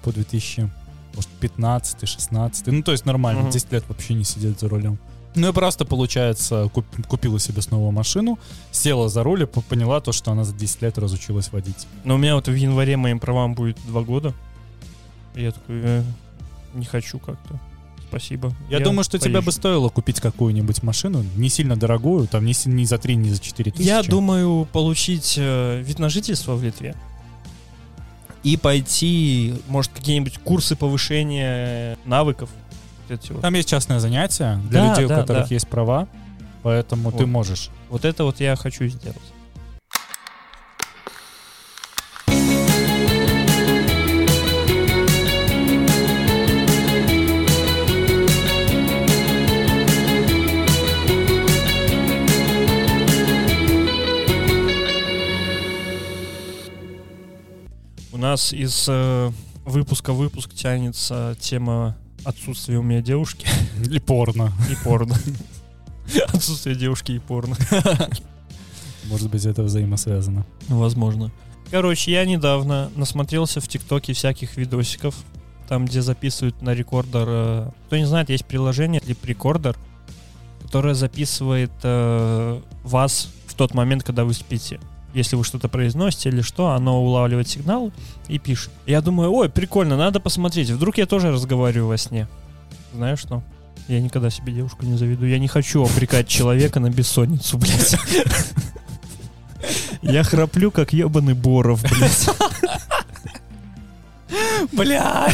2015-16. Ну, то есть нормально. 10 лет вообще не сидеть за рулем. Ну и просто, получается, купила себе снова машину, села за руль и поняла то, что она за 10 лет разучилась водить. Но у меня вот в январе моим правам будет 2 года. И я такой, не хочу как-то. Спасибо. Я думаю, что тебе бы стоило купить какую-нибудь машину, не сильно дорогую, там ни за 3, ни за 4 тысячи. Я думаю получить вид на жительство в Литве. И пойти, может, какие-нибудь курсы повышения навыков. Там есть частное занятие для людей, у которых есть права, поэтому ты можешь. Вот это вот я хочу сделать. У нас из выпуска в выпуск тянется тема отсутствие у меня девушки. И порно. И порно. Отсутствие девушки и порно. Может быть, это взаимосвязано. Возможно. Короче, я недавно насмотрелся в ТикТоке всяких видосиков, там, где записывают на рекордер. Кто не знает, есть приложение Clip Recorder, которое записывает вас в тот момент, когда вы спите. Если вы что-то произносите или что, оно улавливает сигнал и пишет. Я думаю, ой, прикольно, надо посмотреть. Вдруг я тоже разговариваю во сне. Знаешь что? Я никогда себе девушку не заведу. Я не хочу обрекать человека на бессонницу, блядь. Я храплю, как ебаный Боров, блядь. Бля!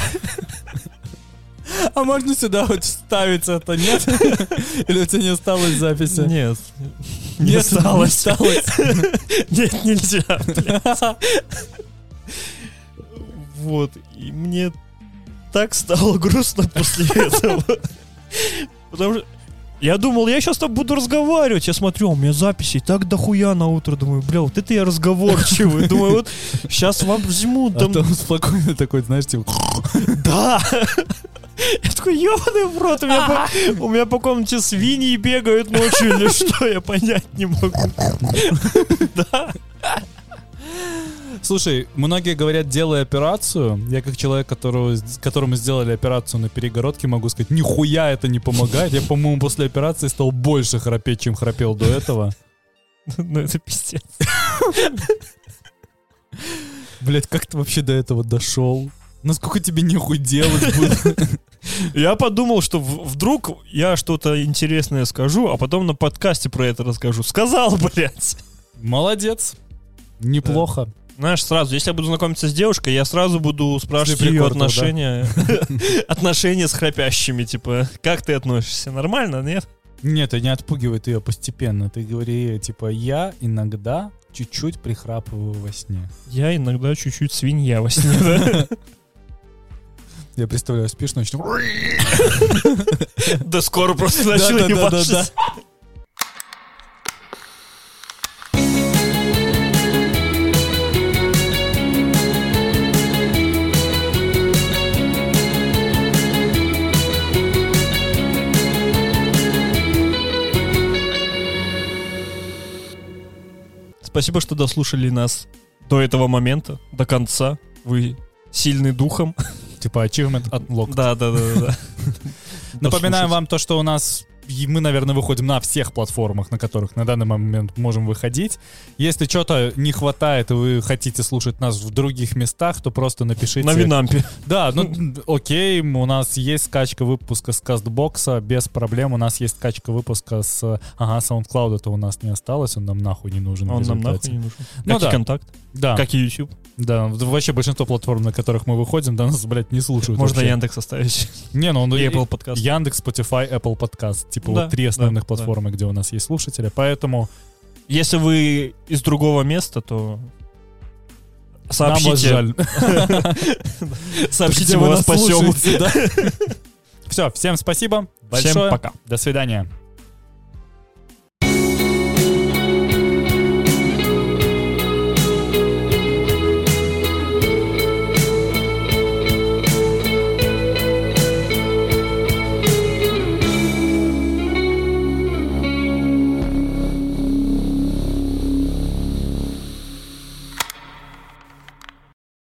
А можно сюда хоть вставить это, нет? Или у тебя не осталось записи? Нет. Не осталось. Нет, нельзя, блядь. Вот. И мне так стало грустно после этого. Потому что я думал, я сейчас там буду разговаривать. Я смотрю, у меня записей так дохуя на утро. Думаю, бля, вот это я разговорчивый. Думаю, вот сейчас вам возьмут. А там спокойно такой, знаешь, типа... Да! Я такой, ёбаный в рот, у меня по комнате свиньи бегают ночью или что, я понять не могу. Да. Слушай, многие говорят, делай операцию. Я как человек, которому сделали операцию на перегородке, могу сказать, нихуя это не помогает. Я, по-моему, после операции стал больше храпеть, чем храпел до этого. Ну это пиздец. Блять, как ты вообще до этого дошел? Насколько тебе нехуй делать будет? Я подумал, что вдруг я что-то интересное скажу, а потом на подкасте про это расскажу. Сказал, блядь. Молодец. Неплохо. Знаешь, сразу, если я буду знакомиться с девушкой, я сразу буду спрашивать ее отношения, отношения с храпящими, типа, как ты относишься? Нормально, нет? Нет, это не отпугивает ее постепенно. Ты говори, типа, я иногда чуть-чуть прихрапываю во сне. Я иногда чуть-чуть свинья во сне, да? Я представляю, спишь ночью. Да скоро просто начал ебашить. Спасибо, что дослушали нас до этого момента, до конца. Вы сильны духом. Типа achievement unlocked. Да. Напоминаем вам то, что у нас... Мы, наверное, выходим на всех платформах, на которых на данный момент можем выходить. Если что-то не хватает, и вы хотите слушать нас в других местах, то просто напишите... На Винампе. Да, ну окей, у нас есть скачка выпуска с Кастбокса, без проблем. У нас есть скачка выпуска с... Ага, SoundCloud это у нас не осталось, он нам нахуй не нужен. Он нам нахуй не нужен. Ну, как и Контакт. Да. Как и YouTube. Да, вообще большинство платформ, на которых мы выходим, да, нас, блядь, не слушают. Можно вообще. Яндекс оставить. Не, ну он и Apple Podcast. Яндекс, Spotify, Apple Podcast. Типа да, вот 3 основных платформы, где у нас есть слушатели. Поэтому... Если вы из другого места, то сообщите. Нам вас жаль. Сообщите, мы вас спасем. Все, всем спасибо большое. Всем пока. До свидания.